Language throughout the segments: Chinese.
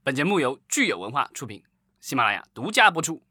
本节目由聚友文化出品，喜马拉雅独家播出。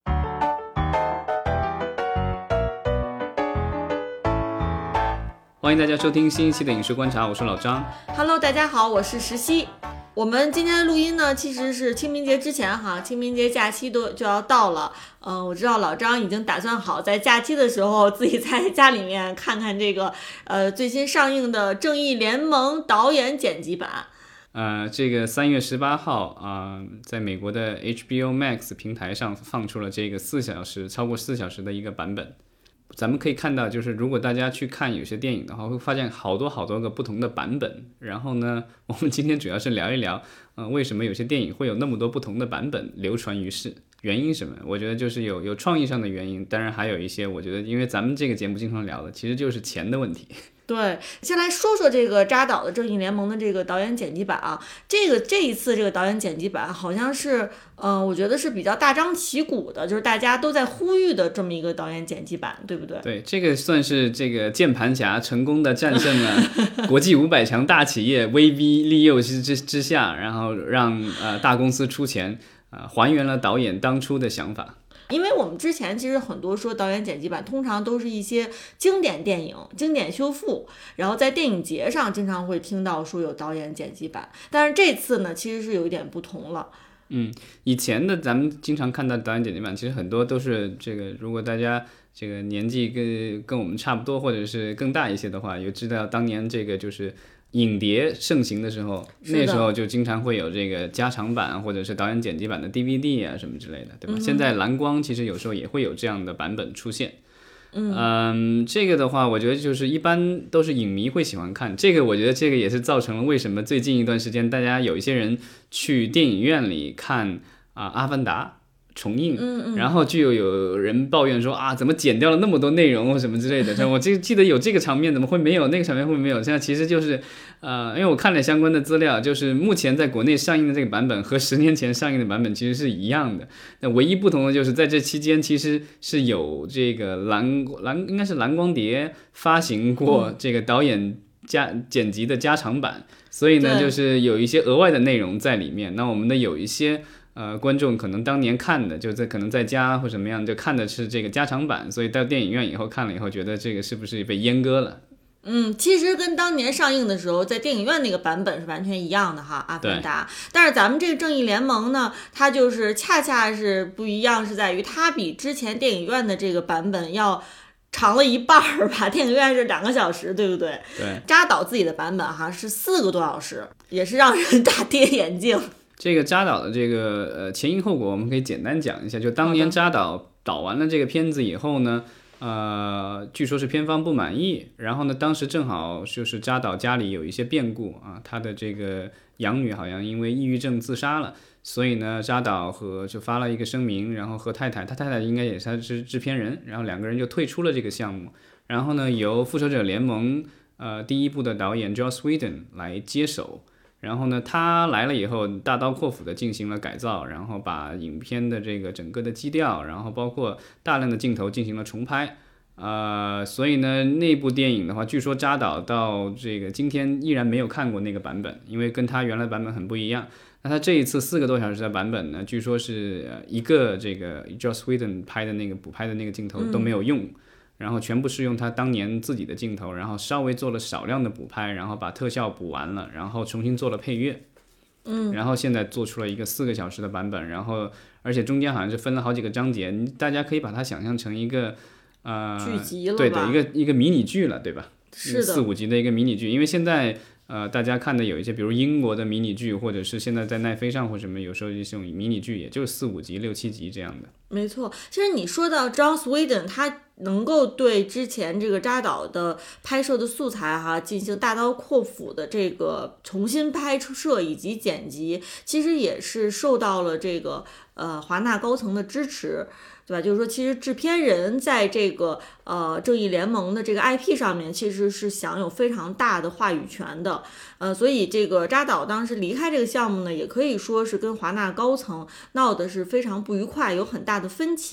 欢迎大家收听新一期的影视观察，我是老张。 Hello， 大家好，我是石溪。我们今天的录音呢，其实是清明节之前哈，清明节假期就要到了。我知道老张已经打算好在假期的时候自己在家里面看看这个最新上映的《正义联盟》导演剪辑版。 这个3月18号在美国的 HBO Max 平台上放出了这个超过4小时的一个版本。咱们可以看到，就是如果大家去看有些电影的话，会发现好多个不同的版本。然后呢，我们今天主要是聊一聊，为什么有些电影会有那么多不同的版本流传于世，原因什么？我觉得就是有创意上的原因，当然还有一些，我觉得因为咱们这个节目经常聊的，其实就是钱的问题。 对，先来说说这个扎导的《正义联盟》的这个导演剪辑版啊，这一次这个导演剪辑版好像是，我觉得是比较大张旗鼓的，就是大家都在呼吁的这么一个导演剪辑版，对不对？ 对，这个算是这个键盘侠成功的战胜了国际500强大企业威逼利诱之下，然后让大公司出钱还原了导演当初的想法。 因为我们之前其实很多说导演剪辑版通常都是一些经典电影经典修复，然后在电影节上经常会听到说有导演剪辑版，但是这次呢其实是有一点不同了。 以前的咱们经常看到导演剪辑版，其实很多都是这个，如果大家这个年纪跟我们差不多或者是更大一些的话，也知道当年这个就是影碟盛行的时候，那时候就经常会有这个加长版或者是导演剪辑版的 DVD 啊什么之类的，对吧？现在蓝光其实有时候也会有这样的版本出现。这个的话，我觉得就是一般都是影迷会喜欢看这个，我觉得这个也是造成了为什么最近一段时间大家有一些人去电影院里看阿凡达重映，然后就有人抱怨说怎么剪掉了那么多内容什么之类的。我记得有这个场面，怎么会没有？那个场面会没有？现在其实就是因为我看了相关的资料，就是目前在国内上映的这个版本和10年前上映的版本其实是一样的。那唯一不同的就是在这期间其实是有这个应该是蓝光碟发行过这个导演剪辑的加长版，所以呢就是有一些额外的内容在里面。那我们的有一些观众可能当年看的，可能在家或什么样，就看的是这个加长版，所以到电影院以后看了以后，觉得这个是不是被阉割了？ 其实跟当年上映的时候在电影院那个版本是完全一样的哈，阿凡达。但是咱们这个正义联盟呢，它就是恰恰是不一样，是在于它比之前电影院的这个版本要长了一半吧，电影院是2个小时，对不对？ 对。 扎导自己的版本哈是4个多小时，也是让人大跌眼镜。 这个扎导的这个前因后果我们可以简单讲一下，就当年扎导导完了这个片子以后呢，据说是片方不满意，然后呢当时正好就是扎导家里有一些变故他的这个养女好像因为抑郁症自杀了，所以呢扎导就发了一个声明，然后和他太太应该也是他是制片人，然后2个人就退出了这个项目，然后呢由复仇者联盟第1部的导演 Joss Whedon 来接手。然后呢，他来了以后，大刀阔斧的进行了改造，然后把影片的这个整个的基调，然后包括大量的镜头进行了重拍，所以呢，那部电影的话，据说扎导到这个今天依然没有看过那个版本，因为跟他原来版本很不一样。那他这一次4个多小时的版本呢，据说是一个这个 Joss Whedon 拍的那个补拍的那个镜头都没有用。然后全部是用他当年自己的镜头，然后稍微做了少量的补拍，然后把特效补完了，然后重新做了配乐，然后现在做出了一个4个小时的版本，然后而且中间好像是分了好几个章节，大家可以把它想象成一个剧集了吧？ 对的，一个迷你剧了，对吧？ 是的 ，4、5集的一个迷你剧，因为现在大家看的有一些，比如英国的迷你剧，或者是现在在奈飞上或什么，有时候这种迷你剧也就4、5集、6、7集这样的。 没错，其实你说到 Joss Whedon， 他能够对之前这个扎导的拍摄的素材进行大刀阔斧的这个重新拍摄以及剪辑，其实也是受到了这个华纳高层的支持。对吧？就是说，其实制片人在这个正义联盟的这个 IP 上面，其实是享有非常大的话语权的。所以这个扎导当时离开这个项目呢，也可以说是跟华纳高层闹的是非常不愉快，有很大的分歧。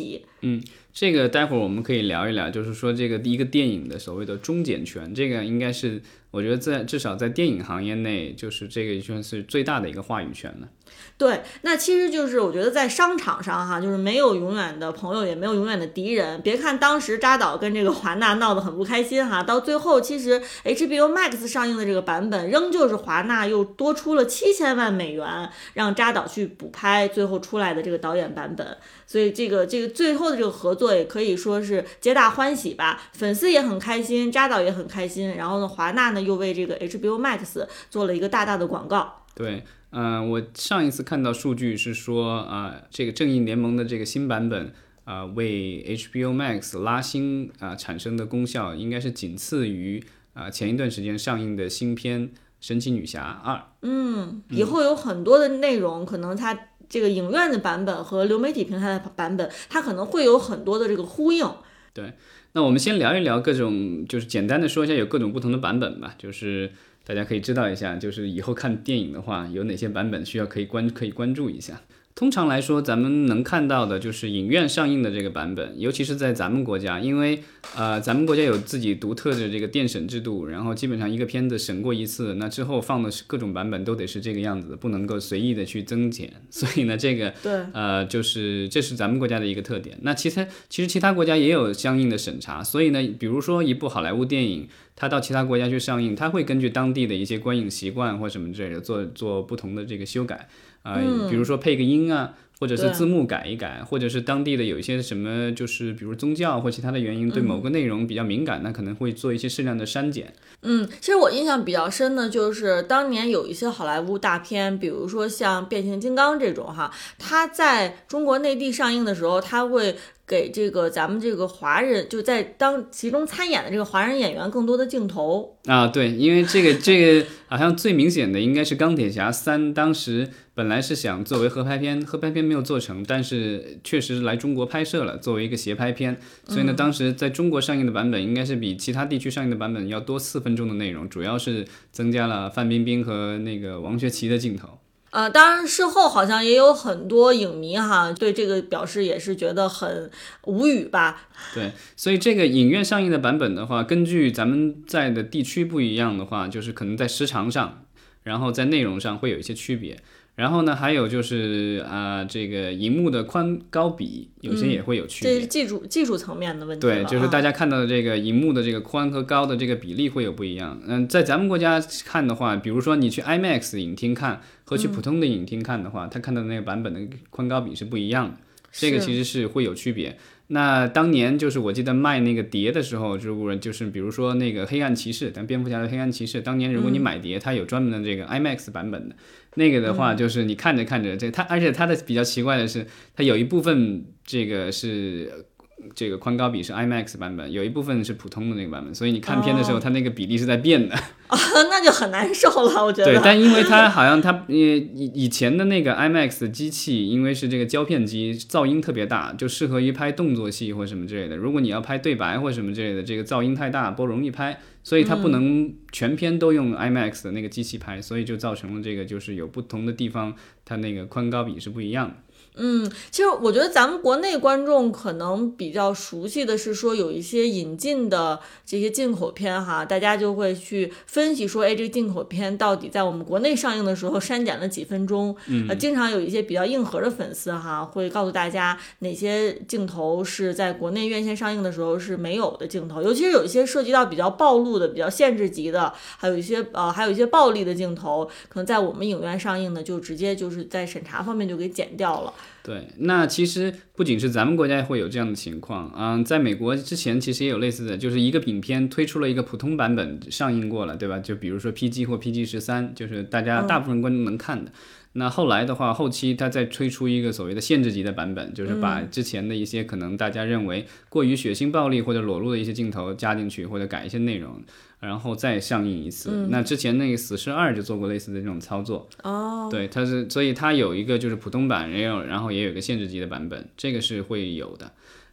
这个待会儿我们可以聊一聊，就是说这个一个电影的所谓的中检权，这个应该是我觉得至少在电影行业内，就是这个算是最大的一个话语权了。 对，那其实就是我觉得在商场上哈，就是没有永远的朋友，也没有永远的敌人。别看当时扎导跟这个华纳闹得很不开心哈，到最后其实 HBO Max 上映的这个版本，仍旧是华纳又多出了$7000万，让扎导去补拍最后出来的这个导演版本。所以这个最后的这个合作也可以说是皆大欢喜吧，粉丝也很开心，扎导也很开心。然后呢，华纳呢又为这个 HBO Max 做了一个大大的广告。 对。我上一次看到数据是说，这个正义联盟的这个新版本，为 HBO Max 拉新产生的功效，应该是仅次于前一段时间上映的新片《神奇女侠2》。 以后有很多的内容，可能它这个影院的版本和流媒体平台的版本，它可能会有很多的这个呼应。 对，那我们先聊一聊各种，就是简单的说一下有各种不同的版本吧，就是大家可以知道一下，就是以后看电影的话，有哪些版本需要可以关注一下。通常来说，咱们能看到的就是影院上映的这个版本，尤其是在咱们国家，因为咱们国家有自己独特的这个电审制度，然后基本上一个片子审过一次，那之后放的各种版本都得是这个样子，不能够随意的去增减。所以呢，这个就是这是咱们国家的一个特点。那其实其他国家也有相应的审查，所以呢，比如说一部好莱坞电影，它到其他国家去上映，它会根据当地的一些观影习惯或什么之类的做不同的这个修改。比如说配个音啊，或者是字幕改一改，或者是当地的有一些什么，就是比如宗教或其他的原因对某个内容比较敏感，那可能会做一些适量的删减。 其实我印象比较深的就是当年有一些好莱坞大片，比如说像变形金刚这种哈，它在中国内地上映的时候，它会给这个咱们这个华人就在其中参演的这个华人演员更多的镜头啊。对，因为这个好像最明显的应该是钢铁侠3，当时本来是想作为合拍片没有做成，但是确实来中国拍摄了，作为一个协拍片，所以呢，当时在中国上映的版本应该是比其他地区上映的版本要多4分钟的内容，主要是增加了范冰冰和那个王学圻的镜头。 当然事后好像也有很多影迷哈对这个表示也是觉得很无语吧。 对，所以这个影院上映的版本的话，根据咱们在的地区不一样的话，就是可能在时长上，然后在内容上会有一些区别。然后呢，还有就是这个荧幕的宽高比有些也会有区别， 这是技术层面的问题了。 对，就是大家看到的这个荧幕的这个宽和高的这个比例会有不一样。在咱们国家看的话，比如说你去 IMAX 影厅看和去普通的影厅看的话，他看到的那个版本的宽高比是不一样的，这个其实是会有区别。那当年就是我记得卖那个碟的时候，就是比如说那个黑暗骑士，但蝙蝠侠的黑暗骑士，当年如果你买碟，它有专门的这个 IMAX 版本的，那个的话就是你看着看着而且它的比较奇怪的是，它有一部分这个是这个宽高比是 IMAX 版本，有一部分是普通的那个版本，所以你看片的时候，它那个比例是在变的。 那就很难受了，我觉得。 对，但因为它好像以前的那个 IMAX 的机器，因为是这个胶片机，噪音特别大，就适合于拍动作戏或什么之类的。如果你要拍对白或什么之类的，这个噪音太大，不容易拍，所以它不能全片都用 IMAX 的那个机器拍，所以就造成了这个就是有不同的地方，它那个宽高比是不一样的。 其实我觉得咱们国内观众可能比较熟悉的是说有一些引进的这些进口片哈，大家就会去分析说，这个进口片到底在我们国内上映的时候删减了几分钟。经常有一些比较硬核的粉丝哈，会告诉大家哪些镜头是在国内院线上映的时候是没有的镜头，尤其是有一些涉及到比较暴露的、比较限制级的，还有一些暴力的镜头，可能在我们影院上映的就直接就是在审查方面就给剪掉了。 对，那其实不仅是咱们国家会有这样的情况，在美国之前其实也有类似的，就是一个影片推出了一个普通版本上映过了，对吧？就比如说 PG 或 PG-13，就是大家大部分观众能看的。那后来的话，后期他再推出一个所谓的限制级的版本，就是把之前的一些可能大家认为过于血腥暴力或者裸露的一些镜头加进去，或者改一些内容，然后再上映一次。那之前那个死侍2就做过类似的这种操作。对，所以它有一个就是普通版，然后也有一个限制级的版本，这个是会有的。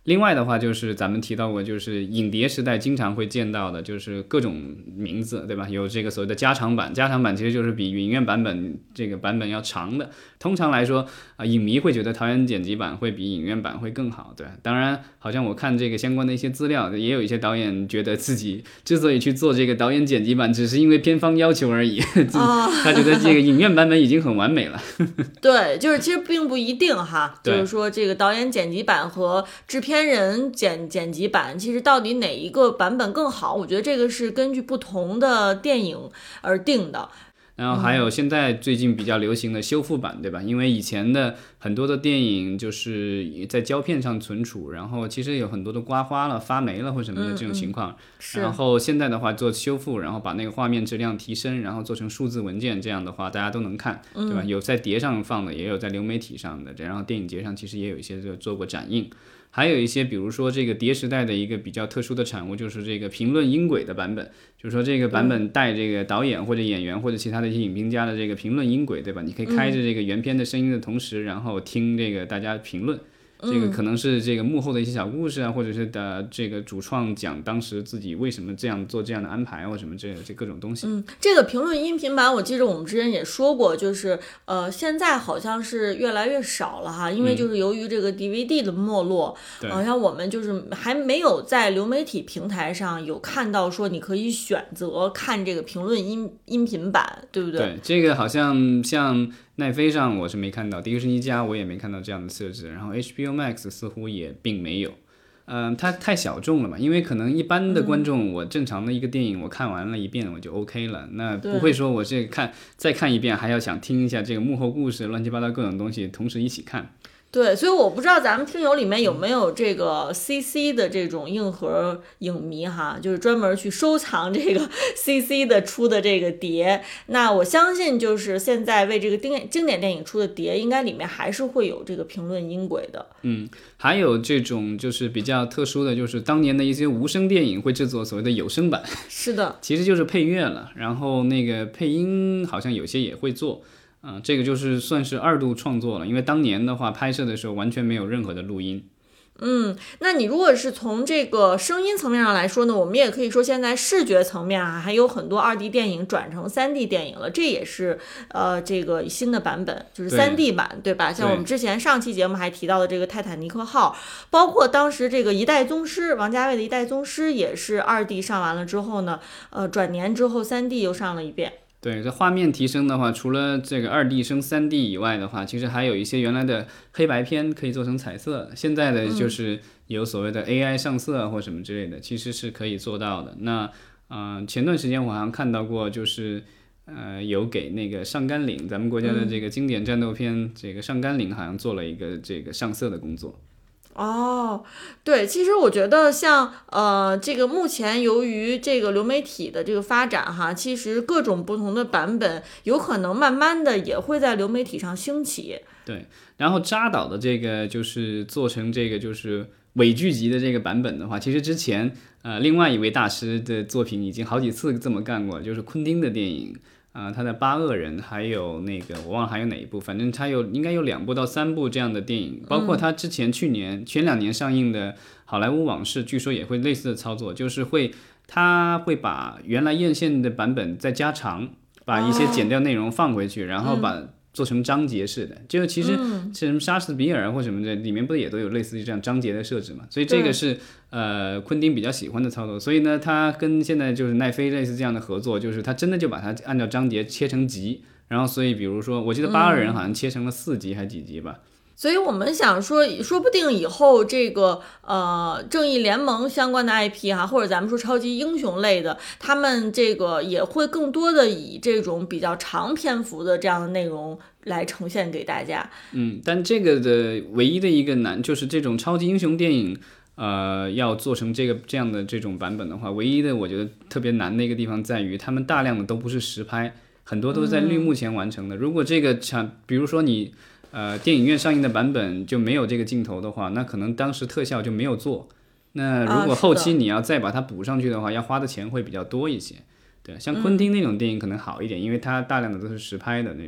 另外的话，就是咱们提到过，就是影碟时代经常会见到的，就是各种名字，对吧？有这个所谓的加长版，加长版其实就是比影院版本这个版本要长的。通常来说影迷会觉得桃园剪辑版会比影院版会更好，对。当然，好像我看这个相关的一些资料，也有一些导演觉得自己之所以去做这个导演剪辑版，只是因为片方要求而已，他觉得这个影院版本已经很完美了。 对，就是其实并不一定哈， 对就是说这个导演剪辑版和制片人剪辑版，其实到底哪一个版本更好，我觉得这个是根据不同的电影而定的。 然后还有现在最近比较流行的修复版，对吧？因为以前的很多的电影就是在胶片上存储，然后其实有很多的刮花了、发霉了或什么的这种情况。然后现在的话做修复，然后把那个画面质量提升，然后做成数字文件，这样的话大家都能看，对吧？有在碟上放的，也有在流媒体上的，然后电影节上其实也有一些做过展映。还有一些，比如说这个碟时代的一个比较特殊的产物，就是这个评论音轨的版本，就是说这个版本带这个导演或者演员或者其他的一些影评家的这个评论音轨，对吧？你可以开着这个原片的声音的同时，然后听这个大家评论。这个可能是这个幕后的一些小故事啊，或者是的这个主创讲当时自己为什么这样做这样的安排或什么这各种东西。 这个评论音频版我记得我们之前也说过，就是现在好像是越来越少了哈，因为就是由于这个 DVD 的没落，好像我们就是还没有在流媒体平台上有看到说你可以选择看这个评论音频版，对不对？ 对，这个好像像奈飞上我是没看到，迪士尼家我也没看到这样的设置，然后 HBO Max 似乎也并没有。它太小众了嘛，因为可能一般的观众，我正常的一个电影我看完了一遍我就 OK 了，那不会说我这个再看一遍还要想听一下这个幕后故事乱七八糟各种东西同时一起看。 对，所以我不知道咱们听友里面有没有这个 CC 的这种硬核影迷哈，就是专门去收藏这个 CC 的出的这个碟。那我相信就是现在为这个经典电影出的碟，应该里面还是会有这个评论音轨的。 还有这种就是比较特殊的，就是当年的一些无声电影会制作所谓的有声版。 是的， 其实就是配乐了，然后那个配音好像有些也会做。这个就是算是二度创作了，因为当年的话拍摄的时候完全没有任何的录音。 那你如果是从这个声音层面上来说呢，我们也可以说现在视觉层面啊，还有很多2D 电影转成3D 电影了，这也是这个新的版本，就是3D 版，对吧？像我们之前上期节目还提到的这个泰坦尼克号，包括当时这个一代宗师，王家卫的一代宗师也是2D 上完了之后呢，转年之后3D 又上了一遍。 对，这画面提升的话，除了这个2D 升3D 以外的话，其实还有一些原来的黑白片可以做成彩色，现在的就是有所谓的 AI 上色或什么之类的，其实是可以做到的。那前段时间我好像看到过，就是有给那个上甘岭，咱们国家的这个经典战斗片，这个上甘岭好像做了一个这个上色的工作。 对，其实我觉得像这个目前由于这个流媒体的这个发展哈，其实各种不同的版本有可能慢慢的也会在流媒体上兴起。 对，然后扎导的这个就是做成这个就是伪剧集的这个版本的话，其实之前另外一位大师的作品已经好几次这么干过，就是昆汀的电影。他的八恶人，还有那个我忘了还有哪一部，反正他应该有2部到3部这样的电影，包括他之前前2年上映的《好莱坞往事》，据说也会类似的操作，就是他会把原来院线的版本再加长，把一些剪掉内容放回去，然后做成章节式的，就其实是什么莎士比尔或什么的，里面不也都有类似于这样章节的设置嘛？所以这个是昆汀比较喜欢的操作。所以呢，他跟现在就是奈飞类似这样的合作，就是他真的就把它按照章节切成集，然后所以比如说，我记得82人好像切成了4集还几集吧。 所以我们想说不定以后这个正义联盟相关的 IP 哈，或者咱们说超级英雄类的，他们这个也会更多的以这种比较长篇幅的这样的内容来呈现给大家。 但这个的唯一的一个难就是这种超级英雄电影要做成这样的这种版本的话，唯一的我觉得特别难的一个地方在于他们大量的都不是实拍，很多都是在绿幕前完成的。如果这个比如说你电影院上映的版本就没有这个镜头的话，那可能当时特效就没有做。那如果后期你要再把它补上去的话，要花的钱会比较多一些。对，像昆汀那种电影可能好一点，因为它大量的都是实拍的那种，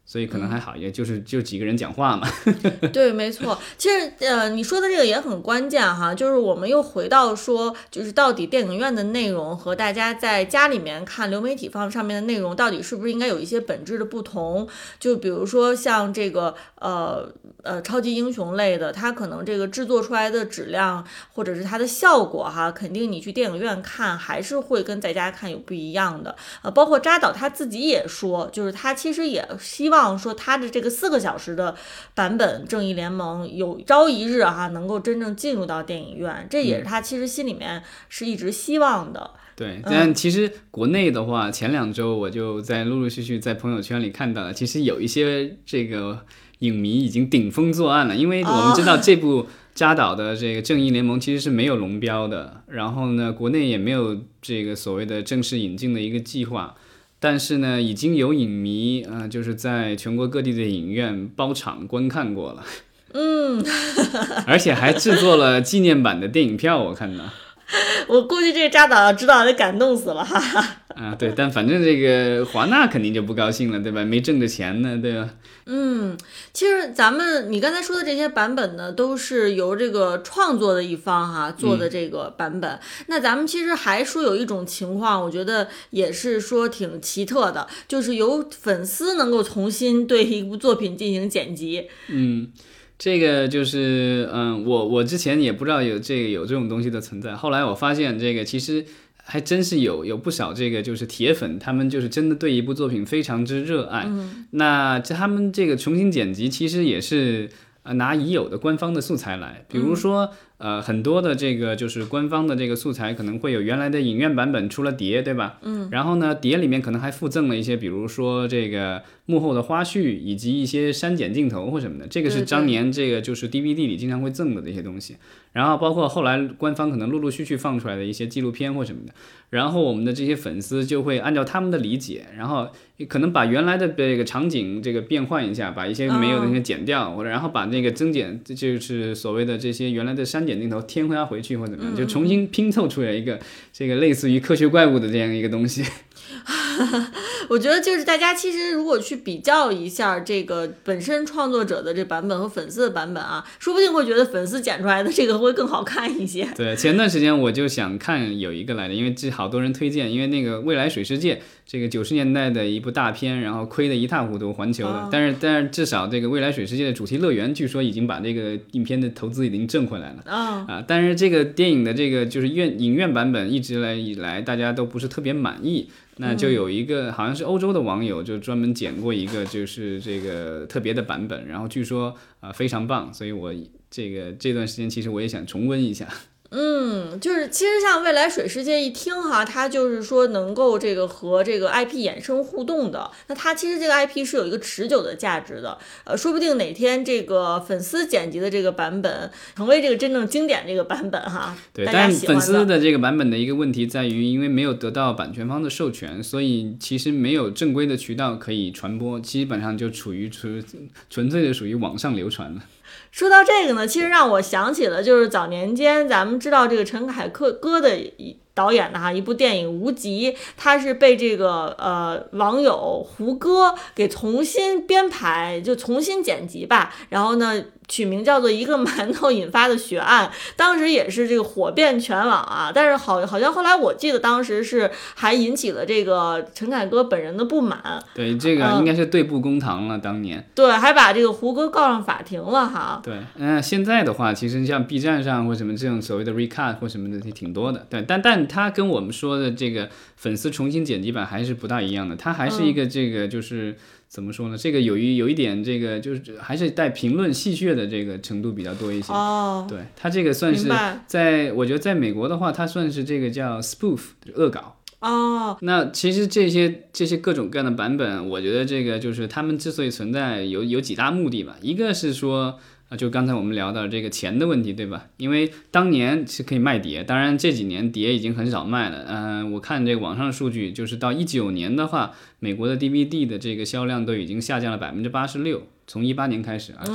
所以可能还好，也就几个人讲话嘛。 对，没错。其实你说的这个也很关键哈，就是我们又回到说，就是到底电影院的内容和大家在家里面看流媒体上面的内容，到底是不是应该有一些本质的不同？就比如说像这个超级英雄类的，它可能这个制作出来的质量或者是它的效果哈，肯定你去电影院看还是会跟在家看有不一样的。包括扎导他自己也说，就是他其实也希望说他的这个4个小时的版本正义联盟有朝一日能够真正进入到电影院，这也是他其实心里面是一直希望的。 对，但其实国内的话，前2周我就在陆陆续续在朋友圈里看到了，其实有一些这个影迷已经顶风作案了，因为我们知道这部扎导的这个正义联盟其实是没有龙标的，然后呢，国内也没有这个所谓的正式引进的一个计划。但是呢，已经有影迷就是在全国各地的影院包场观看过了，而且还制作了纪念版的电影票，我看到。 我估计这个扎导要知道得感动死了哈。 对，但反正这个华纳肯定就不高兴了，对吧？没挣着钱呢，对吧？ 其实你刚才说的这些版本呢，都是由这个创作的一方做的这个版本。那咱们其实还说有一种情况，我觉得也是说挺奇特的，就是由粉丝能够重新对一部作品进行剪辑。 这个就是我之前也不知道有这种东西的存在，后来我发现这个其实还真是有不少这个就是铁粉，他们就是真的对一部作品非常之热爱。那他们这个重新剪辑其实也是拿已有的官方的素材来，比如说很多的这个就是官方的这个素材可能会有原来的影院版本出了碟，对吧？然后呢，碟里面可能还附赠了一些，比如说这个幕后的花絮以及一些删减镜头或什么的，这个是当年这个就是 DVD 里经常会赠的这些东西。然后包括后来官方可能陆陆续续放出来的一些纪录片或什么的，然后我们的这些粉丝就会按照他们的理解，然后可能把原来的这个场景这个变换一下，把一些没有的那些剪掉，或者然后把那个增减，就是所谓的这些原来的删减镜头添回去或怎么样，就重新拼凑出来一个这个类似于科学怪物的这样一个东西。 我觉得就是大家其实如果去比较一下这个本身创作者的这版本和粉丝的版本说不定会觉得粉丝剪出来的这个会更好看一些。 对，前段时间我就想看有一个来的，因为这好多人推荐，因为那个未来水世界这个90年代的一部大片，然后亏得一塌糊涂环球的，但是至少这个未来水世界的主题乐园据说已经把这个影片的投资已经挣回来了。但是这个电影的这个就是影院版本一直以来大家都不是特别满意。那就有一个好像是欧洲的网友就专门剪过一个就是这个特别的版本，然后据说非常棒，所以我这段时间其实我也想重温一下。 就是其实像未来水世界一听它就是说能够这个和这个 IP 衍生互动的，那它其实这个 IP 是有一个持久的价值的。说不定哪天这个粉丝剪辑的这个版本成为这个真正经典这个版本对，但粉丝的这个版本的一个问题在于，因为没有得到版权方的授权，所以其实没有正规的渠道可以传播，基本上就纯粹的属于网上流传了。 说到这个呢，其实让我想起了就是早年间咱们知道这个陈凯歌的导演的一部电影《无极》，它是被这个网友胡歌给重新编排，就重新剪辑吧，然后呢取名叫做一个馒头引发的血案，当时也是这个火遍全网但是好像后来我记得当时是还引起了这个陈凯歌本人的不满。 对，这个应该是对簿公堂了，当年。 对，还把这个胡歌告上法庭了对，现在的话，其实像 B 站上或什么这种所谓的 recut 或什么的挺多的。对，但它跟我们说的这个粉丝重新剪辑版还是不大一样的，它还是一个这个就是怎么说呢？这个有一点这个就是还是带评论戏谑的这个程度比较多一些。对，它这个算是我觉得在美国的话，它算是这个叫 spoof 恶搞。那其实这些各种各样的版本，我觉得这个就是他们之所以存在有几大目的吧。一个是说就刚才我们聊到这个钱的问题，对吧？因为当年是可以卖碟，当然这几年碟已经很少卖了。我看这个网上的数据，就是到19年的话，美国的 DVD 的这个销量都已经下降了86%，从18年开始就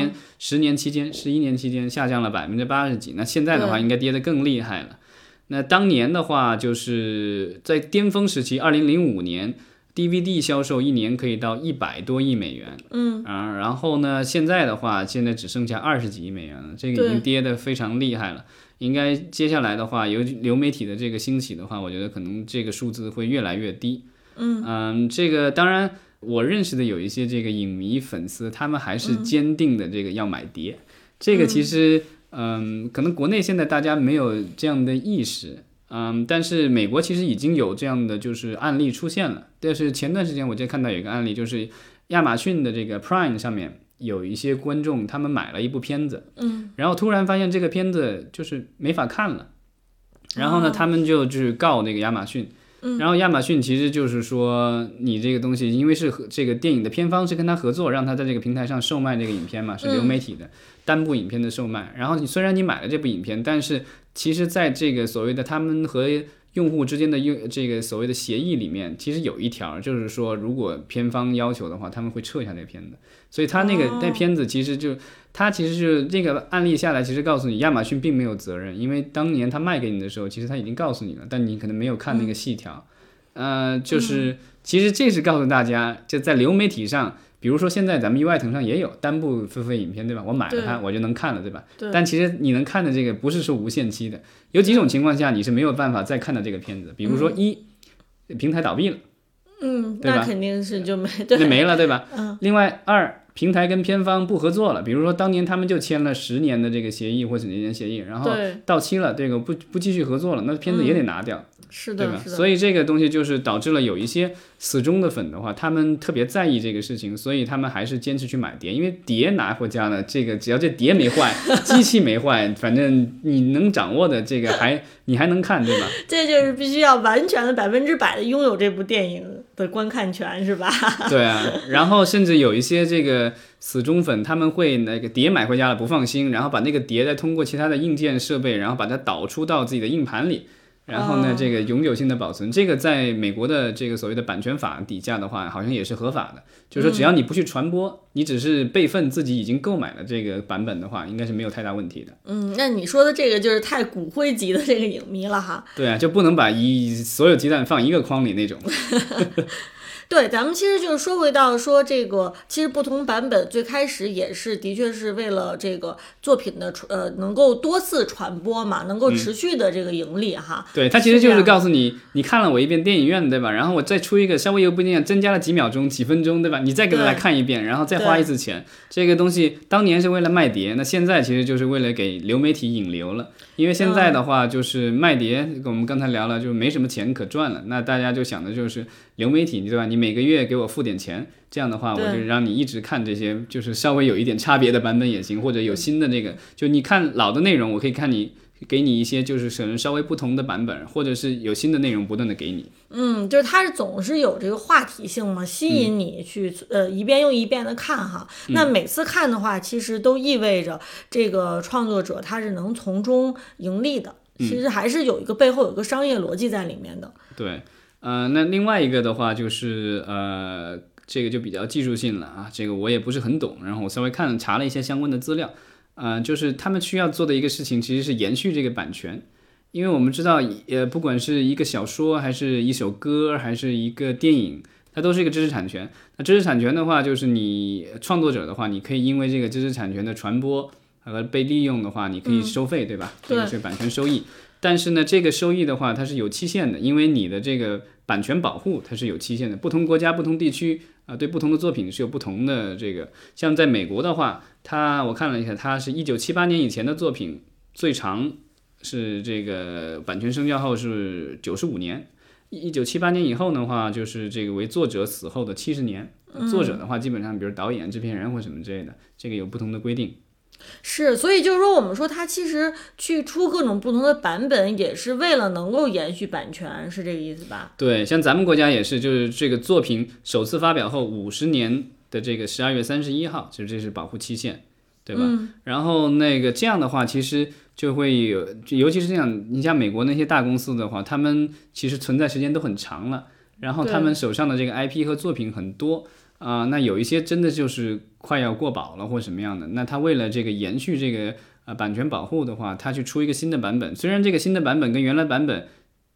10年期间，11年期间下降了80%几。那现在的话，应该跌得更厉害了。那当年的话，就是在巅峰时期，2005年。 DVD 销售一年可以到100多亿美元，然后呢，现在的话，现在只剩下20几亿美元了，这个已经跌得非常厉害了。应该接下来的话，由流媒体的这个兴起的话，我觉得可能这个数字会越来越低。这个当然，我认识的有一些这个影迷粉丝，他们还是坚定的这个要买碟。这个其实，可能国内现在大家没有这样的意识。但是美国其实已经有这样的就是案例出现了。但是前段时间我就看到有一个案例，就是亚马逊的这个 Prime 上面有一些观众他们买了一部片子，然后突然发现这个片子就是没法看了，然后呢，他们就去告那个亚马逊。然后亚马逊其实就是说，你这个东西因为是这个电影的片方是跟他合作，让他在这个平台上售卖这个影片嘛，是流媒体的单部影片的售卖。然后虽然你买了这部影片，但是其实在这个所谓的他们和用户之间的这个所谓的协议里面，其实有一条就是说，如果片方要求的话，他们会撤下这个片子。所以他那片子其实就他其实是这个案例下来，其实告诉你亚马逊并没有责任，因为当年他卖给你的时候，其实他已经告诉你了，但你可能没有看那个细条。就是其实这是告诉大家，就在流媒体上，比如说现在咱们 UI 腾上也有单部付费影片，对吧？我买了它，我就能看了，对吧？但其实你能看的这个不是说无限期的，有几种情况下你是没有办法再看到这个片子，比如说平台倒闭了，对吧？ 那肯定是就那没了，对吧？另外二，平台跟片方不合作了，比如说当年他们就签了10年的这个协议或者9年协议，然后到期了，这个不继续合作了，那片子也得拿掉。 是的， 对吧？所以这个东西就是导致了有一些死忠的粉的话，他们特别在意这个事情，所以他们还是坚持去买碟，因为碟拿回家了，这个只要这碟没坏，机器没坏，反正你能掌握的这个你还能看，对吧？ 这就是必须要完全的100%的拥有这部电影的观看权，是吧？ 对啊，然后甚至有一些这个死忠粉，他们会那个碟买回家了不放心，然后把那个碟再通过其他的硬件设备，然后把它导出到自己的硬盘里。然后呢，这个永久性的保存，这个在美国的这个所谓的版权法底下的话，好像也是合法的。就是说，只要你不去传播，你只是备份自己已经购买了这个版本的话，应该是没有太大问题的。 那你说的这个就是太骨灰级的这个影迷了哈。 对啊，就不能把所有鸡蛋放一个筐里那种。 对，咱们其实就是说回到说这个，其实不同版本最开始也是的确是为了这个作品的能够多次传播嘛，能够持续的这个盈利哈。 对，它其实就是告诉你，你看了我一遍电影院对吧？然后我再出一个稍微又不一样，增加了几秒钟、几分钟对吧？你再给它来看一遍，然后再花一次钱。这个东西当年是为了卖碟，那现在其实就是为了给流媒体引流了。因为现在的话就是卖碟，我们刚才聊了，就没什么钱可赚了，那大家就想的就是流媒体对吧？你每个月给我付点钱，这样的话我就让你一直看这些就是稍微有一点差别的版本也行，或者有新的这个，就你看老的内容，我可以给你一些就是可能稍微不同的版本，或者是有新的内容不断的给你。 就是它总是有这个话题性嘛，吸引你去一遍又一遍的看哈。那每次看的话，其实都意味着这个创作者他是能从中盈利的，其实还是有一个背后有个商业逻辑在里面的。 对，那另外一个的话就是这个就比较技术性了啊，这个我也不是很懂，然后我稍微查了一些相关的资料。就是他们需要做的一个事情其实是延续这个版权，因为我们知道不管是一个小说还是一首歌还是一个电影，它都是一个知识产权。那知识产权的话，就是你创作者的话，你可以因为这个知识产权的传播和被利用的话，你可以收费，对吧？这个是版权收益。但是呢，这个收益的话，它是有期限的，因为你的这个版权保护它是有期限的。不同国家、不同地区对不同的作品是有不同的这个。像在美国的话，我看了一下，它是1978年以前的作品，最长是这个版权生效后是95年。1978年以后的话，就是这个为作者死后的70年。作者的话，基本上比如导演、制片人或什么之类的，这个有不同的规定。 是，所以就是说，我们说它其实去出各种不同的版本，也是为了能够延续版权，是这个意思吧？ 对，像咱们国家也是，就是这个作品首次发表后50年的这个12月31号，其实这是保护期限，对吧？然后那个这样的话，其实就会有，尤其是这样，你像美国那些大公司的话，他们其实存在时间都很长了，然后他们手上的这个 IP 和作品很多。那有一些真的就是快要过保了或什么样的，那他为了这个延续这个版权保护的话，他去出一个新的版本，虽然这个新的版本跟原来版本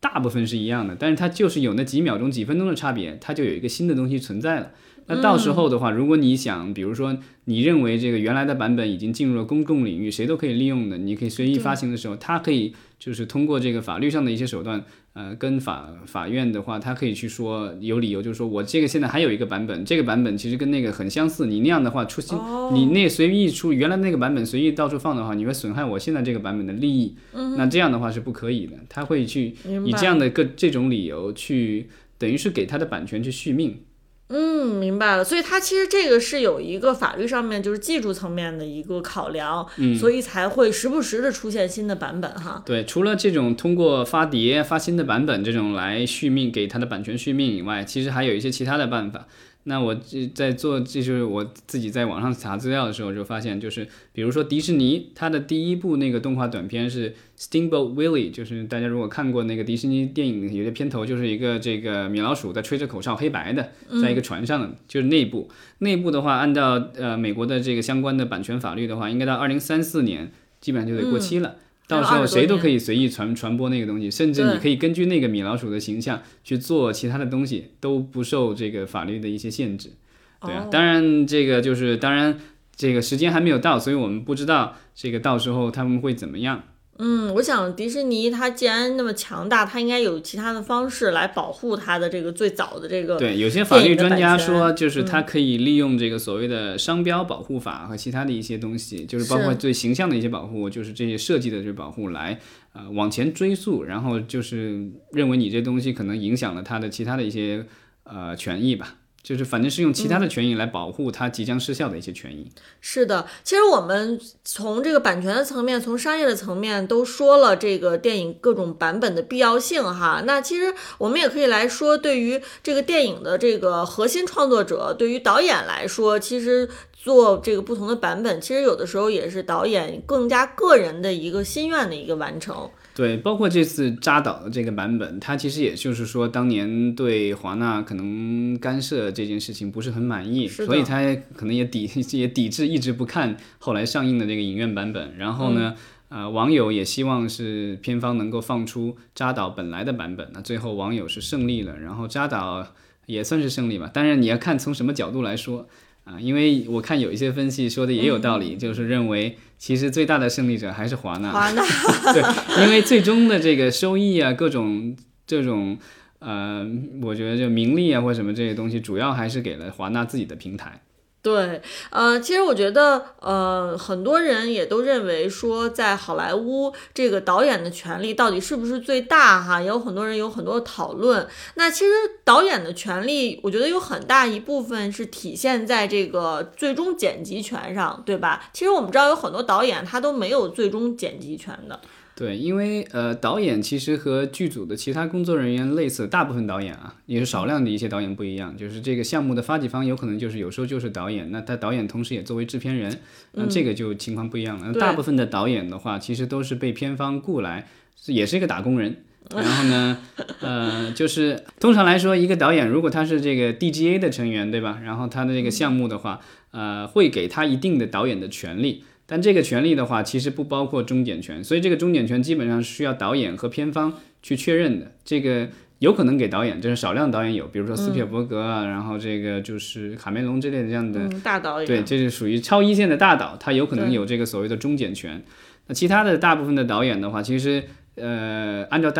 大部分是一样的，但是它就是有那几秒钟、几分钟的差别，它就有一个新的东西存在了。那到时候的话，如果你想，比如说你认为这个原来的版本已经进入了公共领域，谁都可以利用的，你可以随意发行的时候，它可以就是通过这个法律上的一些手段，跟法院的话，它可以去说有理由，就是说我这个现在还有一个版本，这个版本其实跟那个很相似，你那样的话出新，你那随意出原来那个版本随意到处放的话，你会损害我现在这个版本的利益，那这样的话是不可以的，他会去以这样的这种理由去，等于是给他的版权去续命。 明白了。所以它其实这个是有一个法律上面就是技术层面的一个考量，所以才会时不时的出现新的版本哈。 对，除了这种通过发碟发新的版本这种来续命给它的版权续命以外，其实还有一些其他的办法。那我在做，这就是我自己在网上查资料的时候就发现，就是比如说迪士尼，它的第一部那个动画短片是 Steamboat Willie， 就是大家如果看过那个迪士尼电影，有些片头就是一个这个米老鼠在吹着口哨，黑白的，在一个船上的，就是那一部。那一部的话，按照美国的这个相关的版权法律的话，应该到2034年基本上就得过期了。到时候谁都可以随意传播那个东西，甚至你可以根据那个米老鼠的形象去做其他的东西，都不受这个法律的一些限制。对啊，当然这个就是当然这个时间还没有到，所以我们不知道这个到时候他们会怎么样。 我想迪士尼它既然那么强大，它应该有其他的方式来保护它的这个最早的这个。 对，有些法律专家说，就是它可以利用这个所谓的商标保护法和其他的一些东西，就是包括对形象的一些保护，就是这些设计的这保护来往前追溯，然后就是认为你这东西可能影响了它的其他的一些权益吧。就是反正是用其他的权益来保护它即将失效的一些权益。 是的，其实我们从这个版权的层面，从商业的层面都说了这个电影各种版本的必要性哈。那其实我们也可以来说，对于这个电影的这个核心创作者，对于导演来说，其实做这个不同的版本，其实有的时候也是导演更加个人的一个心愿的一个完成。 对，包括这次扎导的这个版本，它其实也就是说，当年对华纳可能干涉这件事情不是很满意，所以他可能也抵制，一直不看后来上映的这个影院版本。然后呢，网友也希望是片方能够放出扎导本来的版本。那最后网友是胜利了，然后扎导也算是胜利吧。当然你要看从什么角度来说。因为我看有一些分析说的也有道理，就是认为其实最大的胜利者还是华纳。对，因为最终的这个收益啊，各种这种我觉得就名利啊或什么这些东西，主要还是给了华纳自己的平台。 对，其实我觉得，很多人也都认为说，在好莱坞这个导演的权利到底是不是最大哈，也有很多人有很多讨论。那其实导演的权利，我觉得有很大一部分是体现在这个最终剪辑权上，对吧？其实我们知道有很多导演他都没有最终剪辑权的。 对，因为导演其实和剧组的其他工作人员类似，大部分导演啊，也是少量的一些导演不一样，就是这个项目的发起方有可能就是有时候就是导演，那他导演同时也作为制片人，那这个就情况不一样了。大部分的导演的话，其实都是被片方雇来，也是一个打工人。然后呢，就是通常来说，一个导演如果他是这个 DGA 的成员，对吧？然后他的这个项目的话，会给他一定的导演的权利。但这个权利的话，其实不包括中剪权，所以这个中剪权基本上是需要导演和片方去确认的。这个有可能给导演，就是少量导演有，比如说斯皮尔伯格啊，然后这个就是卡梅隆之类的这样的、 大导演， 对，这是属于超一线的大导，他有可能有这个所谓的中剪权。那其他的大部分的导演的话，其实按照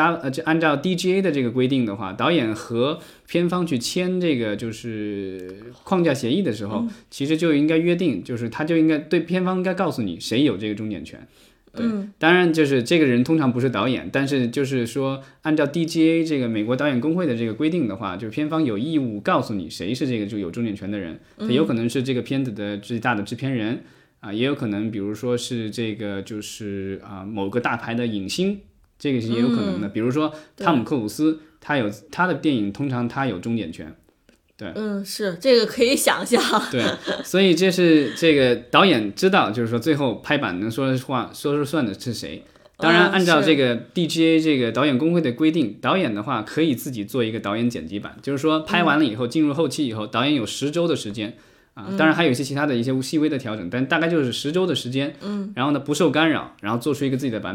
DGA 的这个规定的话，导演和片方去签这个就是框架协议的时候，其实就应该约定，就是他就应该对片方应该告诉你谁有这个中剪权。对，当然就是这个人通常不是导演，但是就是说按照 DGA 这个美国导演工会的这个规定的话，就是片方有义务告诉你谁是这个就有中剪权的人，他有可能是这个片子的最大的制片人也有可能比如说是这个就是某个大牌的影星。这个是也有可能的，比如说汤姆克鲁斯，他有他的电影，通常他有中剪权。对， 是这个可以想象。 对，所以这是这个导演知道，就是说最后拍板能说了算的是谁。当然，按照这个 DGA 这个导演工会的规定，导演的话可以自己做一个导演剪辑版，就是说拍完了以后，进入后期以后，导演有10周的时间。当然还有一些其他的一些细微的调整，但大概就是10周的时间。然后呢，不受干扰，然后做出一个自己的版本。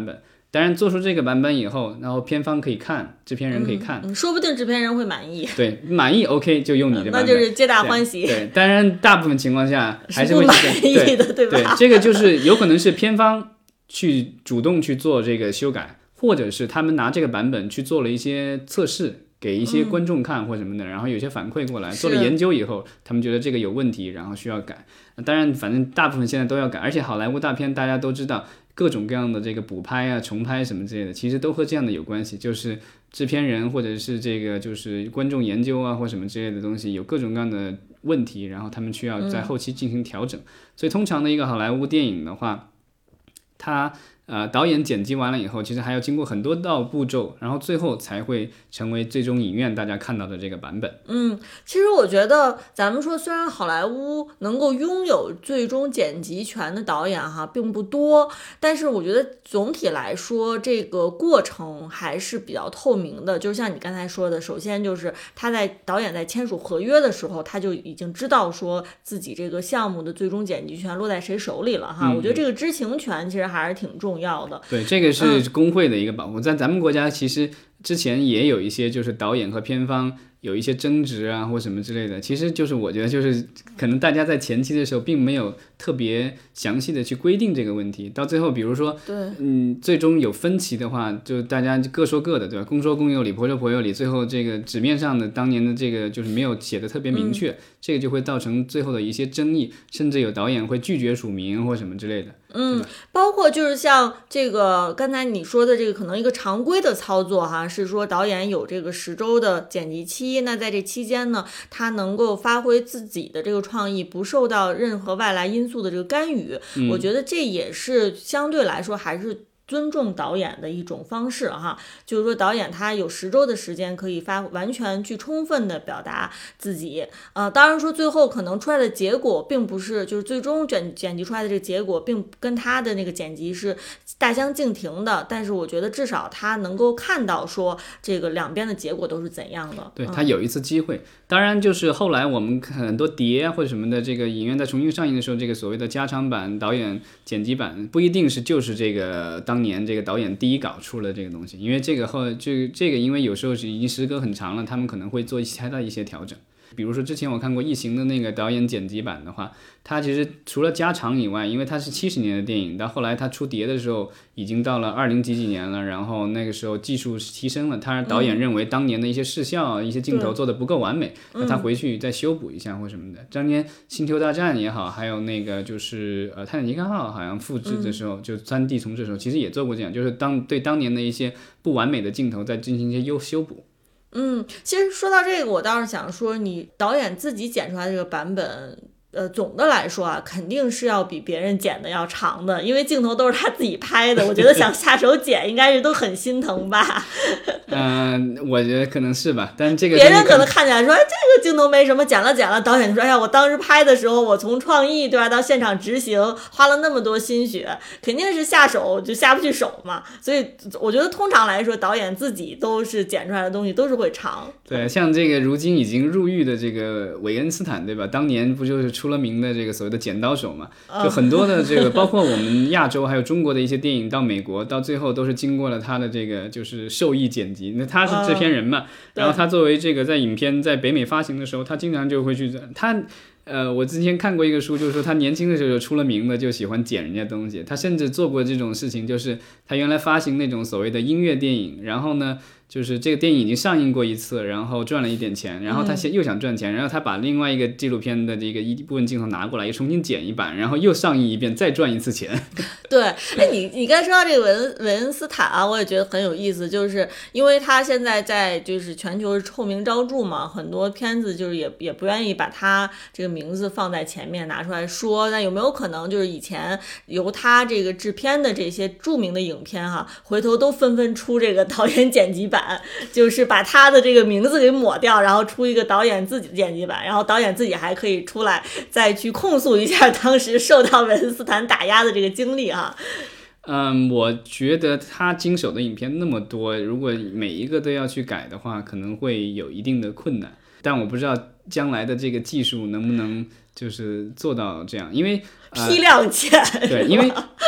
当然做出这个版本以后，然后片方可以看，制片人可以看， 说不定制片人会满意。 对，满意 OK 就用你的版本， 那就是皆大欢喜。 对，当然大部分情况下还是会不满意的，对吧？ 对，这个就是有可能是片方去主动去做这个修改，或者是他们拿这个版本去做了一些测试，给一些观众看或什么的，然后有些反馈过来，做了研究以后，他们觉得这个有问题，然后需要改。当然，反正大部分现在都要改，而且好莱坞大片大家都知道。各种各样的这个补拍啊、重拍什么之类的，其实都和这样的有关系，就是制片人或者是这个就是观众研究啊或什么之类的东西有各种各样的问题，然后他们需要在后期进行调整。所以通常的一个好莱坞电影的话，它导演剪辑完了以后，其实还要经过很多道步骤，然后最后才会成为最终影院大家看到的这个版本。 其实我觉得咱们说，虽然好莱坞能够拥有最终剪辑权的导演并不多，但是我觉得总体来说，这个过程还是比较透明的。就像你刚才说的，首先就是导演在签署合约的时候，他就已经知道说自己这个项目的最终剪辑权落在谁手里了我觉得这个知情权其实还是挺重要的。 对，这个是工会的一个保护。在咱们国家其实之前也有一些就是导演和片方有一些争执啊或什么之类的，其实就是我觉得就是可能大家在前期的时候并没有特别详细的去规定这个问题，到最后比如说最终有分歧的话，就大家各说各的，对吧？公说公有理，婆说婆有理，最后这个纸面上的当年的这个就是没有写的特别明确，这个就会造成最后的一些争议，甚至有导演会拒绝署名或什么之类的。 包括就是像这个刚才你说的这个可能一个常规的操作是说导演有这个10周的剪辑期，那在这期间呢，他能够发挥自己的这个创意，不受到任何外来因素的这个干预，我觉得这也是相对来说还是尊重导演的一种方式就是说导演他有10周的时间可以完全去充分的表达自己当然说最后可能出来的结果并不是就是最终剪辑出来的这个结果并跟他的那个剪辑是大相径庭的，但是我觉得至少他能够看到说这个两边的结果都是怎样的， 对，他有一次机会。当然就是后来我们很多碟或者什么的这个影院在重新上映的时候，这个所谓的加长版导演剪辑版不一定就是这个当年这个导演第一稿出了这个东西，因为这个因为有时候是已经时隔很长了，他们可能会做其他的一些调整。比如说之前我看过《异形》的那个导演剪辑版的话，它其实除了加长以外，因为它是70年的电影，到后来它出碟的时候已经到了20几年了，然后那个时候技术提升了，他导演认为当年的一些视效一些镜头做的不够完美，那他回去再修补一下或什么的。当年《星球大战》也好，还有那个就是泰坦尼克号好像复制的时候，就3D 重制的时候，其实也做过这样，就是对当年的一些不完美的镜头再进行一些修补。 其实说到这个，我倒是想说，你导演自己剪出来这个版本，总的来说肯定是要比别人剪的要长的，因为镜头都是他自己拍的，我觉得想下手剪应该是都很心疼吧。 我觉得可能是吧，但这个别人可能看起来说，这个镜头没什么，剪了，导演说，哎呀，我当时拍的时候，我从创意对吧到现场执行，花了那么多心血，肯定是下手就下不去手嘛。所以我觉得通常来说，导演自己都是剪出来的东西都是会长。 对，像这个如今已经入狱的这个韦恩斯坦，对吧？当年不就是出了名的这个所谓的剪刀手嘛？就很多的这个，包括我们亚洲还有中国的一些电影到美国，到最后都是经过了他的这个就是授意剪辑。那他是制片人嘛，然后他作为这个在影片在北美发行的时候，他经常就会去我之前看过一个书，就是说他年轻的时候就出了名的，就喜欢剪人家东西。他甚至做过这种事情，就是他原来发行那种所谓的音乐电影，然后呢，就是这个电影已经上映过一次，然后赚了一点钱，然后他又想赚钱，然后他把另外一个纪录片的这个一部分镜头拿过来，又重新剪一版，然后又上映一遍，再赚一次钱。 对，你刚才说到这个韦恩斯坦我也觉得很有意思，就是因为他现在在就是全球臭名昭著嘛，很多片子就是也不愿意把他这个名字放在前面拿出来说。那有没有可能就是以前由他这个制片的这些著名的影片回头都纷纷出这个导演剪辑版，就是把他的这个名字给抹掉，然后出一个导演自己的剪辑版，然后导演自己还可以出来再去控诉一下当时受到韦恩斯坦打压的这个经历我觉得他经手的影片那么多，如果每一个都要去改的话，可能会有一定的困难。但我不知道将来的这个技术能不能就是做到这样，因为批量剪。 对，因为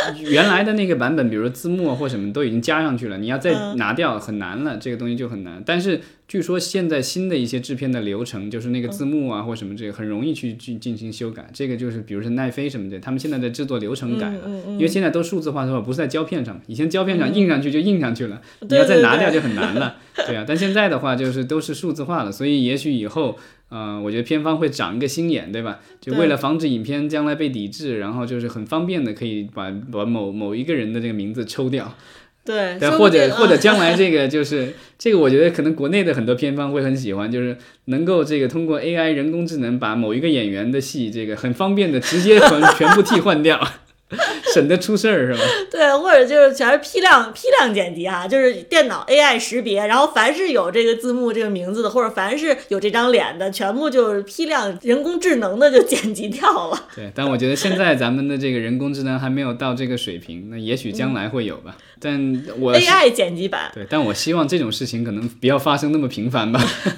原来的那个版本，比如字幕或什么都已经加上去了，你要再拿掉很难了，这个东西就很难。但是据说现在新的一些制片的流程，就是那个字幕啊或什么这个很容易去进行修改。这个就是比如说奈飞什么的，他们现在的制作流程改了，因为现在都数字化的话不是在胶片上，以前胶片上印上去就印上去了，你要再拿掉就很难了。对啊，但现在的话就是都是数字化了，所以也许以后。我觉得片方会长一个心眼，对吧？就为了防止影片将来被抵制，然后就是很方便的可以把某一个人的这个名字抽掉。 对， 或者将来这个就是这个，我觉得可能国内的很多片方会很喜欢，就是能够这个通过 AI 人工智能把某一个演员的戏这个很方便的直接全部替换掉。省得出事儿是吧？ 对，或者就是全是批量剪辑啊，就是电脑 AI 识别，然后凡是有这个字幕这个名字的，或者凡是有这张脸的，全部就是批量人工智能的就剪辑掉了。 对，但我觉得现在咱们的这个人工智能还没有到这个水平，那也许将来会有吧。但我 AI 剪辑版， 对，但我希望这种事情可能不要发生那么频繁吧。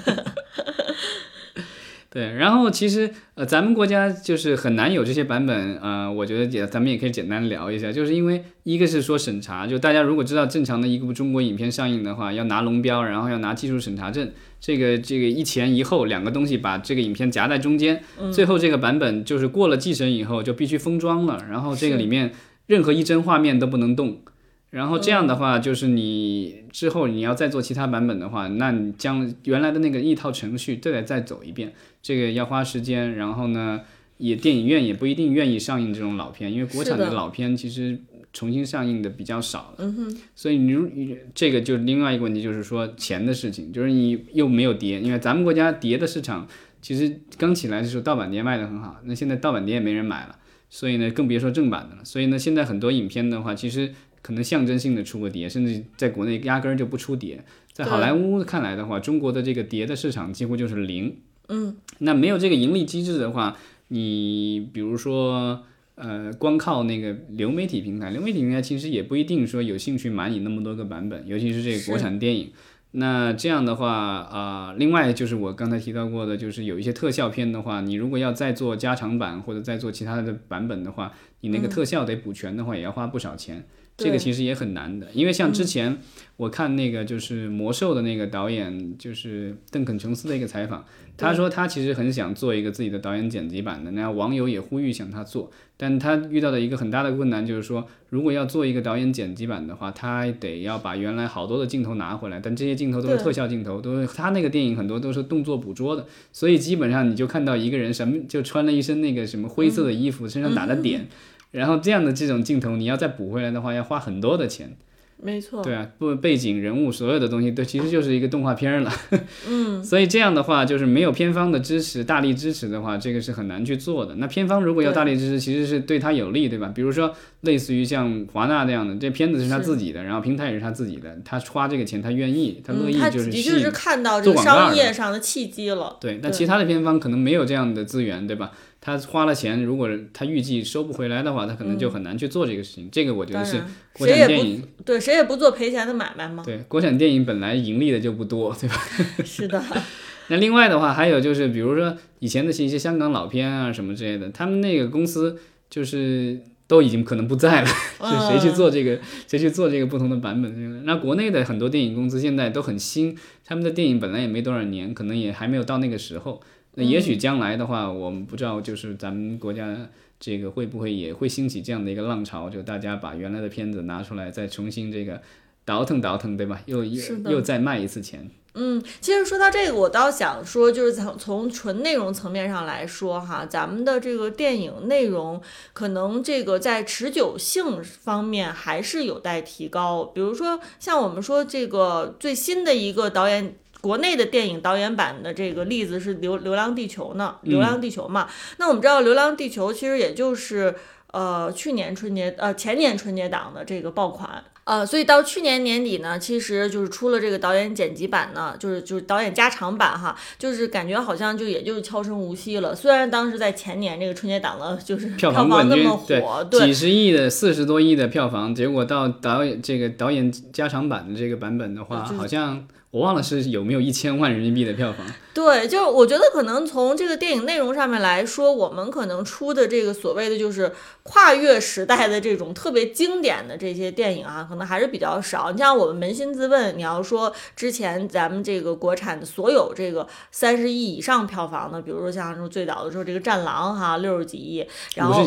对，然后其实咱们国家就是很难有这些版本，我觉得咱们也可以简单聊一下，就是因为一个是说审查，就大家如果知道正常的一部中国影片上映的话，要拿龙标，然后要拿技术审查证，这个一前一后两个东西把这个影片夹在中间，最后这个版本就是过了技审以后就必须封装了，然后这个里面任何一帧画面都不能动。然后这样的话，就是你之后你要再做其他版本的话，那你将原来的那个一套程序都得再走一遍，这个要花时间。然后呢，电影院也不一定愿意上映这种老片，因为国产的老片其实重新上映的比较少了。所以你这个就是另外一个问题，就是说钱的事情，就是你又没有碟，因为咱们国家碟的市场其实刚起来的时候盗版碟卖得很好，那现在盗版碟也没人买了，所以呢更别说正版的了。所以呢，现在很多影片的话，其实可能象征性的出个碟，甚至在国内压根儿就不出碟。在好莱坞看来的话，中国的这个碟的市场几乎就是零。那没有这个盈利机制的话，你比如说光靠那个流媒体平台其实也不一定说有兴趣买你那么多个版本，尤其是这个国产电影。那这样的话另外就是我刚才提到过的，就是有一些特效片的话，你如果要再做加长版或者再做其他的版本的话，你那个特效得补全的话，也要花不少钱。这个其实也很难的，因为像之前我看那个就是魔兽的那个导演，就是邓肯琼斯的一个采访，他说他其实很想做一个自己的导演剪辑版的，那网友也呼吁想他做，但他遇到的一个很大的困难就是说，如果要做一个导演剪辑版的话，他得要把原来好多的镜头拿回来，但这些镜头都是特效镜头，都是他那个电影很多都是动作捕捉的，所以基本上你就看到一个人就穿了一身那个什么灰色的衣服，身上打的点。然后这样的这种镜头你要再补回来的话，要花很多的钱。 没错。 对啊，背景人物所有的东西都其实就是一个动画片了。所以这样的话，就是没有片方的支持，大力支持的话，这个是很难去做的。那片方如果要大力支持，其实是对他有利，对吧？比如说类似于像华纳这样的，这片子是他自己的，然后平台也是他自己的，他花这个钱他愿意，他乐意就是的确是看到这个商业上的契机了。 对，但其他的片方可能没有这样的资源，对吧？他花了钱，如果他预计收不回来的话，他可能就很难去做这个事情。这个我觉得是国产电影， 对，谁也不做赔钱的买卖嘛。 对，国产电影本来盈利的就不多，对吧？ 是的。 那另外的话，还有就是比如说以前的一些香港老片啊什么之类的，他们那个公司就是都已经可能不在了，是谁去做这个，谁去做这个不同的版本。那国内的很多电影公司现在都很新，他们的电影本来也没多少年，可能也还没有到那个时候。那也许将来的话，我们不知道，就是咱们国家这个会不会也会兴起这样的一个浪潮，就大家把原来的片子拿出来，再重新这个倒腾，对吧？又再卖一次钱。 其实说到这个，我倒想说，就是从纯内容层面上来说哈，咱们的这个电影内容可能这个在持久性方面还是有待提高。比如说像我们说这个最新的一个导演。国内的电影导演版的这个例子是流浪地球呢，流浪地球嘛。那我们知道流浪地球其实也就是前年春节档的这个爆款。所以到去年年底呢，其实就是出了这个导演剪辑版呢，就是导演加长版哈，就是感觉好像也就是悄声无息了。虽然当时在前年这个春节档的就是票房那么火，对， 几十亿的40多亿的票房，结果到导演加长版的这个版本的话，好像我忘了是有没有1000万人民币的票房。 对，就是我觉得可能从这个电影内容上面来说，我们可能出的这个所谓的就是跨越时代的这种特别经典的这些电影啊，可能还是比较少。你像我们扪心自问，你要说之前咱们这个国产的所有这个30亿以上票房的，比如说像说最早的时候这个《战狼》哈60几亿，然后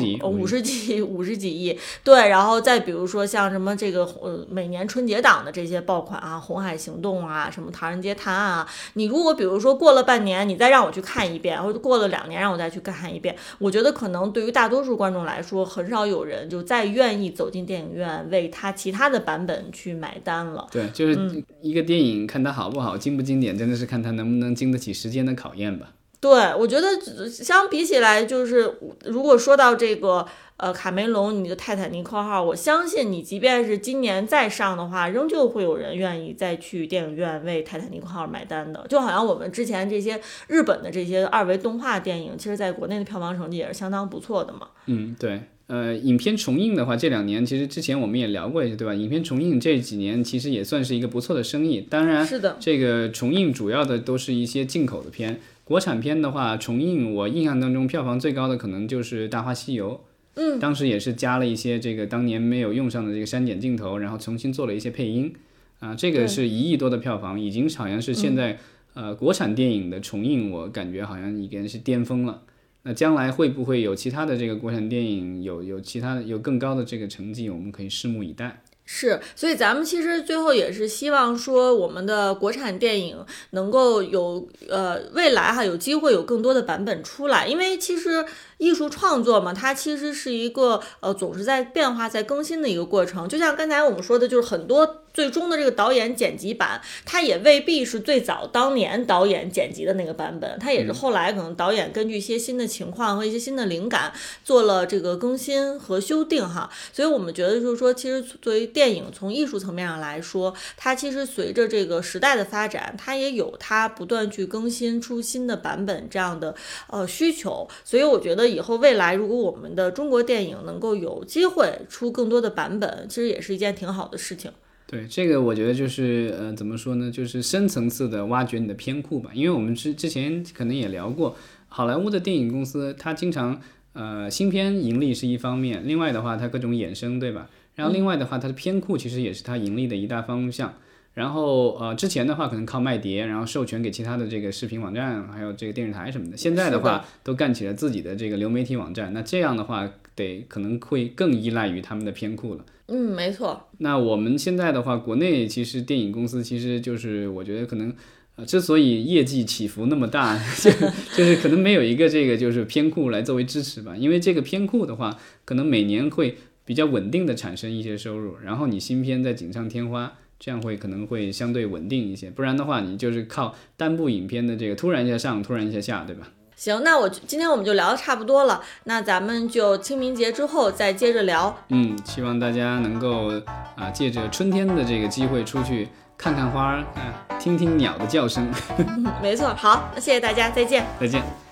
50几亿，对，然后再比如说像什么这个每年春节档的这些爆款啊，《红海行动》啊，什么《唐人街探案》啊，你如果比如说过了半年，你再让我去看一遍，或者过了2年让我再去看一遍，我觉得可能对于大多数观众来说，很少有人就再愿意走进电影院为他其他的版本去买单了。 对，就是一个电影看它好不好、经不经典，真的是看它能不能经得起时间的考验吧。 对，我觉得相比起来，就是如果说到这个卡梅隆你的泰坦尼克号，我相信你即便是今年再上的话，仍旧会有人愿意再去电影院为泰坦尼克号买单的。就好像我们之前这些日本的这些2维动画电影，其实在国内的票房成绩也是相当不错的嘛。 对。影片重映的话，这2年其实之前我们也聊过一些，对吧？影片重映这几年其实也算是一个不错的生意。当然， 是的， 这个重映主要的都是一些进口的片。国产片的话，重映我印象当中票房最高的可能就是《大话西游》。当时也是加了一些这个当年没有用上的这个删减镜头，然后重新做了一些配音。这个是1亿多的票房，已经好像是现在国产电影的重映，我感觉好像已经是巅峰了。那将来会不会有其他的这个国产电影有其他的有更高的这个成绩，我们可以拭目以待。 是，所以咱们其实最后也是希望说，我们的国产电影能够有未来有机会有更多的版本出来，因为其实艺术创作嘛，它其实是一个总是在变化、在更新的一个过程。就像刚才我们说的，就是很多最终的这个导演剪辑版，它也未必是最早当年导演剪辑的那个版本，它也是后来可能导演根据一些新的情况和一些新的灵感做了这个更新和修订哈。所以我们觉得就是说，其实作为电影从艺术层面上来说，它其实随着这个时代的发展，它也有它不断去更新出新的版本这样的需求。所以我觉得以后未来如果我们的中国电影能够有机会出更多的版本，其实也是一件挺好的事情。 对，这个我觉得就是怎么说呢，就是深层次的挖掘你的片库吧。因为我们之前可能也聊过，好莱坞的电影公司它经常新片盈利是一方面，另外的话它各种衍生，对吧？然后另外的话它的片库其实也是它盈利的一大方向。然后之前的话可能靠卖碟，然后授权给其他的这个视频网站，还有这个电视台什么的。现在的话都干起了自己的这个流媒体网站，那这样的话可能会更依赖于他们的片库了。 没错。 那我们现在的话，国内其实电影公司其实就是我觉得可能之所以业绩起伏那么大，就是可能没有一个这个就是片库来作为支持吧。因为这个片库的话，可能每年会比较稳定的产生一些收入，然后你新片再锦上添花，这样可能会相对稳定一些。不然的话，你就是靠单部影片的这个突然一下上，突然一下下，对吧？ 行，那今天我们就聊得差不多了，那咱们就清明节之后再接着聊。 希望大家能够借着春天的这个机会出去看看花，听听鸟的叫声。 没错，好，那谢谢大家，再见。 再见。